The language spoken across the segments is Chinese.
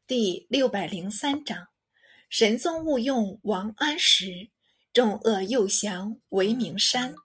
第603章，神宗误用王安石，众恶诱降为名山。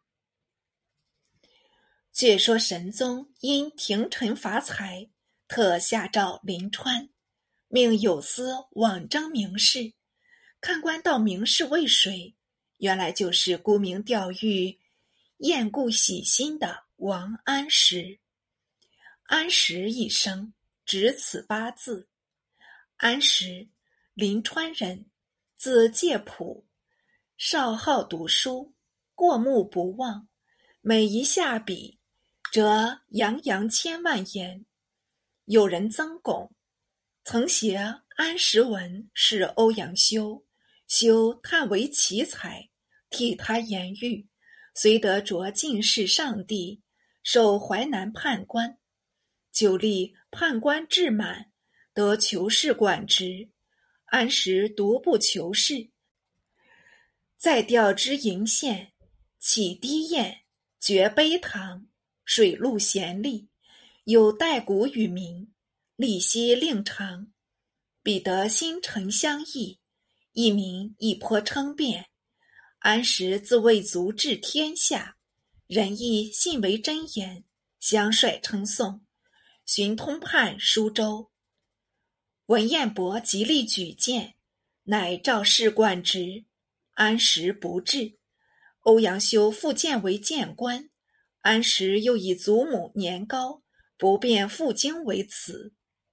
据说神宗因廷臣乏财，特下诏临川，命有司往征名士。看官到名士为谁？原来就是沽名钓誉、厌故喜新的王安石。安石一生只此8字。安石，临川人，字介甫，少好读书，过目不忘，每一下笔，则洋洋千万言。有人曾巩，曾携安石文是欧阳修，修叹为奇才，替他言喻，遂得着进士上第，授淮南判官。久历判官制满，得求是管职。安石独不求是，再调之鄞县，起低堰，绝陂塘，水陆咸利，有带谷与民，利息令长。彼得新臣相议，一民一颇称辩。安石自谓足治天下，人亦信为真言，相率称颂。寻通判舒州。文彦博极力举荐，乃召仕管职，安石不至。欧阳修复荐为谏官，安石又以祖母年高，不便赴京为辞。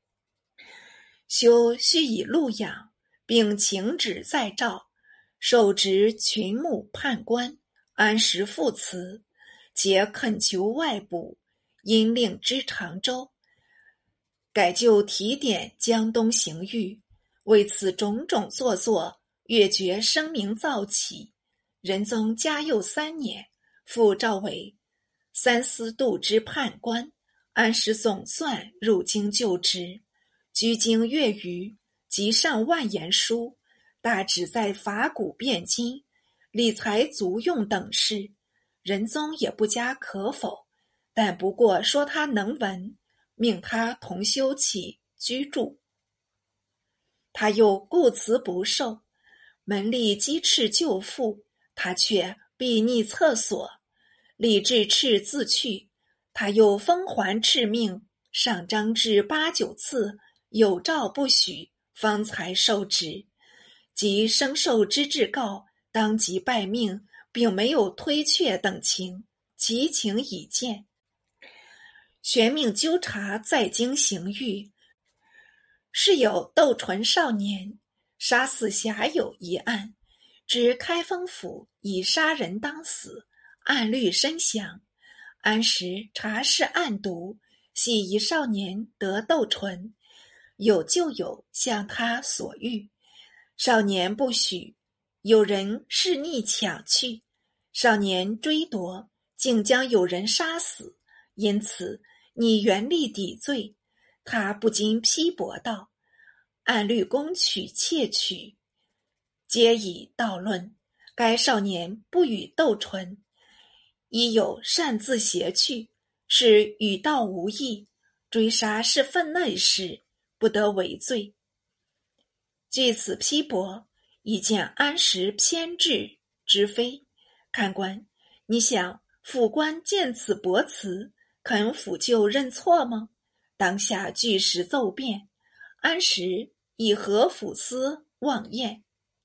修须以禄养，并请旨再诏，授职群牧判官。安石复辞，且恳求外补，因令知常州，改就提点江东刑狱。为此种种做作，越觉声名噪起。仁宗嘉佑3年，复召为三司度之判官。安石总算入京就职，居京月余，即上万言书，大旨在法古辩今，理财足用等事。仁宗也不加可否，但不过说他能文，命他同修起居住。他又固辞不受，门吏讥斥舅父，他却避匿厕所。吏治斥自去，他又封还敕命，上章至8、9次，有诏不许，方才受职。及生受之至告，当即拜命，并没有推却等情，其情已见。玄命纠察在京刑狱，是有窦纯少年杀死侠友一案，指开封府以杀人当死，案律深详。安石查视案牍，系一少年得窦纯，有旧友向他所欲，少年不许，有人恃逆抢去，少年追夺，竟将有人杀死，因此拟严厉抵罪。他不禁批驳道：按律攻取窃取，皆以道论，该少年不与窦纯，亦有擅自挟去，是与道无异，追杀是分内事，不得为罪。据此批驳，已见安石偏执之非。看官，你想府官见此驳辞，肯抚就认错吗？当下据实奏辩，安石以何府司妄验。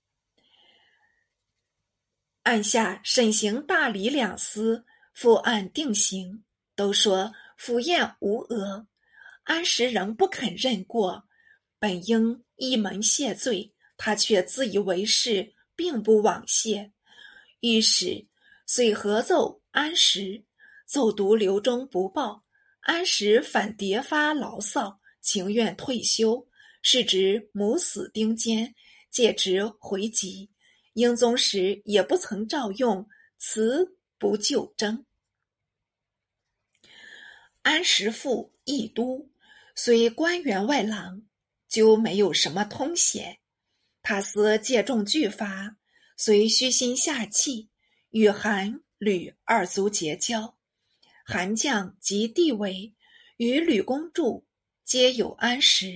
按下审刑大理2司复案定刑，都说府验无讹，安石仍不肯认过，本应一门谢罪，他却自以为是，并不枉谢。御史遂合奏安石，奏读刘忠不报，安石反迭发牢骚，情愿退休，是指母死丁坚，借职回籍。英宗时也不曾照用，辞不就征。安石父议都，虽官员外郎，就没有什么通显。他思借重拒罚，虽虚心下气，与韩、吕2族结交。韩将及地位与吕公著皆有安石，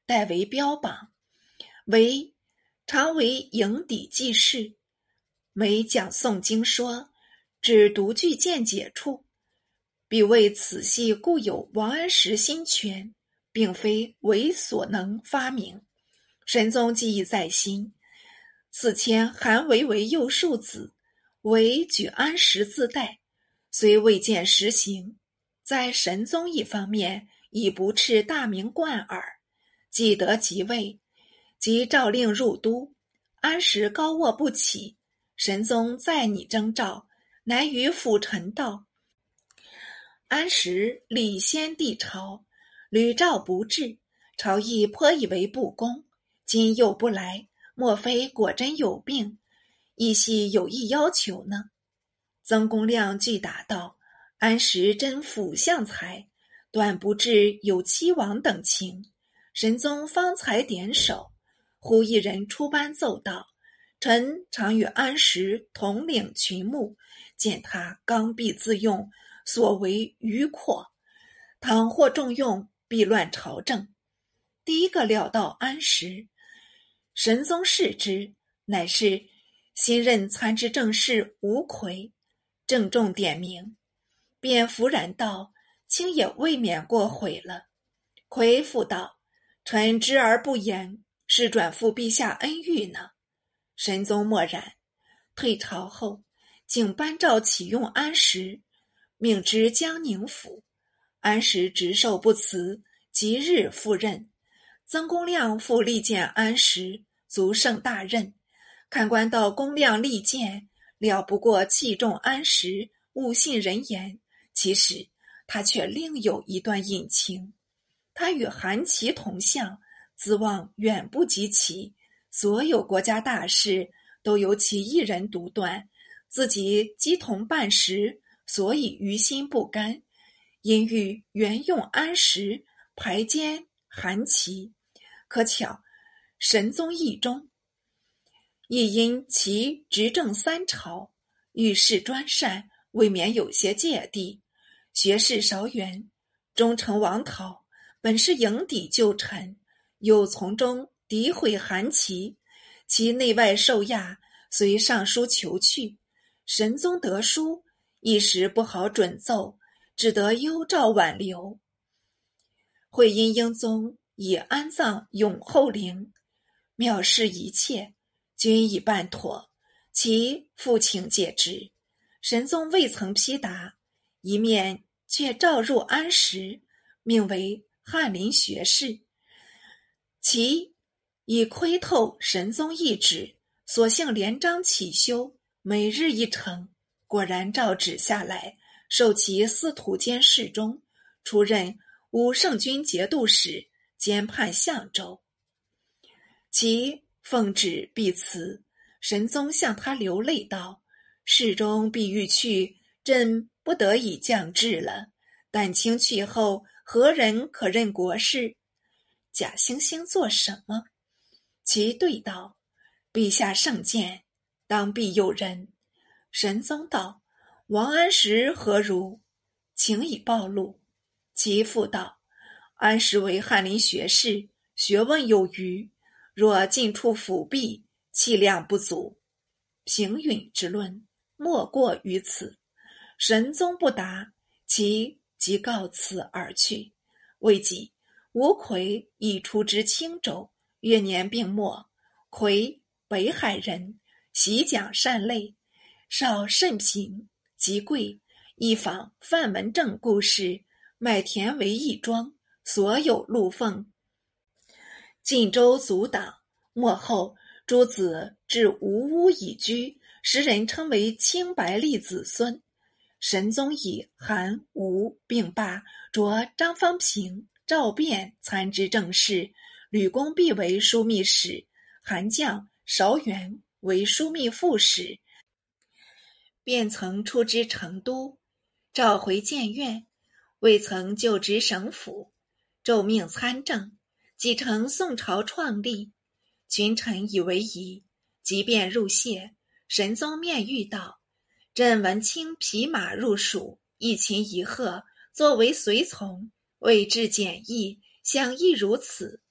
代为标榜，为常为营底记事，每讲诵经说，至独具见解处，必谓此系固有王安石心权，并非为所能发明。神宗记忆在心，此前韩维为右庶子，为举安石自代，虽未见实行，在神宗一方面已不啻大名贯耳。既得即位，即诏令入都，安石高卧不起，神宗再拟征召，乃与辅臣道：安石立先帝朝，屡诏不至，朝议颇以为不公，今又不来，莫非果真有病，亦系有意要求呢？曾公亮具答道：安石真辅相才，断不至有欺王等情。神宗方才点首，忽一人出班奏道：臣常与安石同领群牧，见他刚愎自用，所为迂阔，倘或重用，必乱朝政。第一个料到安石，神宗视之，乃是新任参知政事吴奎，郑重点名，便弗然道：卿也未免过悔了。奎复道：臣知而不言，是转负陛下恩遇呢。神宗默然，退朝后，竟颁诏启用安石，命之江宁府。安石执受不辞，即日赴任。曾公亮复力荐安石，足胜大任。看官道公亮力荐，料不过器重安石，误信人言，其实他却另有一段隐情。他与韩琦同相，资望远不及其，所有国家大事都由其一人独断，自己鸡同半食，所以于心不甘，因欲原用安石，排奸韩琦。可巧神宗议中，亦因其执政三朝，遇事专擅，未免有些芥蒂，学识少远，忠诚王讨，本是营底旧臣，又从中诋毁韩琦，其内外受压，遂上书求去。神宗得书，一时不好准奏，只得幽诏挽留。会因英宗以安葬永后陵，庙事一切均已办妥，其复请解职。神宗未曾批答，一面却召入安石，命为翰林学士。其已窥透神宗懿旨，索性连章起修，每日一程，果然照旨下来，授其司徒监侍中，出任武圣军节度使，兼判相州。其奉旨必辞，神宗向他流泪道：侍中必欲去，朕不得已降旨了，但卿去后，何人可任国事？贾惺惺做什么？其对道：陛下圣鉴，当必有人。神宗道：王安石何如？请已暴露。其父道：安石为翰林学士，学问有余，若进出辅弼，气量不足。平允之论，莫过于此。神宗不答，其即告辞而去。未几，吴奎已出知青州，月年病没。奎北海人，习讲善类，少甚贫，极贵，一访范文正故事，卖田为一庄，所有禄俸。晋州阻挡，末后诸子至吴屋以居，时人称为清白吏子孙。神宗以韩吴并罢，擢张方平、赵卞参知政事，吕公弼为枢密使，韩绛、邵元为枢密副使。便曾出知成都，召回谏院，未曾就职省府，奏命参政，继承宋朝创立。群臣以为宜，即便入谢，神宗面谕道：朕闻卿匹马入蜀，一禽一鹤，作为随从，为治简易，想亦如此。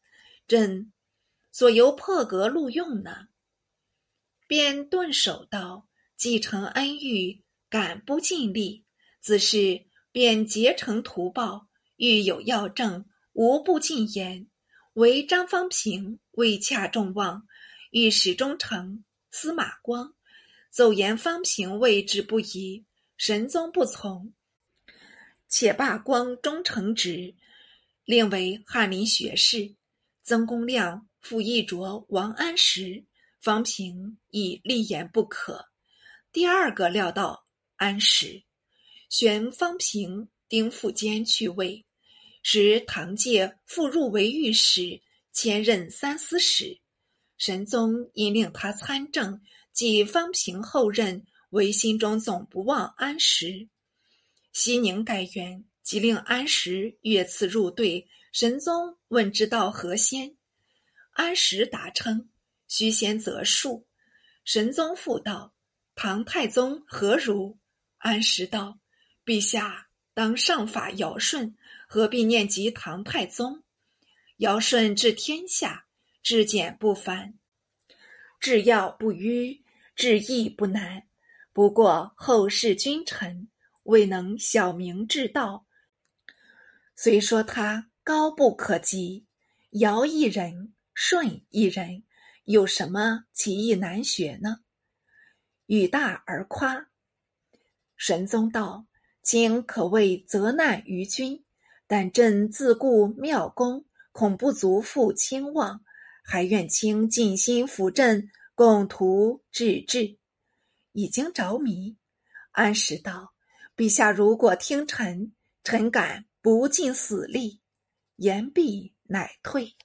朕所由破格录用呢？”便顿首道：“既承恩遇，敢不尽力？自是便竭诚图报，欲有要证，无不尽言。唯张方平未洽众望，御史中丞司马光奏言方平位置不宜，神宗不从，且罢光中丞职，另为翰林学士。曾公亮复议着王安石，方平亦立言不可。第二个料到安石，选方平丁附坚去位，使唐介复入为御史，兼任三司使。神宗因令他参政，即方平后任，为心中总不忘安石。熙宁改元，即令安石越次入对。神宗问之道何先？安石答称：“须先择数。”神宗复道：“唐太宗何如？”安石道：“陛下当上法尧舜，何必念及唐太宗？尧舜治天下，治简不繁，治要不迂，治义不难。不过后世君臣未能晓明治道，虽说他高不可及，尧一人，舜一人，有什么奇异难学呢？语大而夸。”神宗道：“卿可谓责难于君，但朕自顾妙功，恐不足负卿望，还愿卿尽心辅朕，共图治治。”已经着迷。安石道：“陛下如果听臣，臣敢不尽死力。”言毕乃退。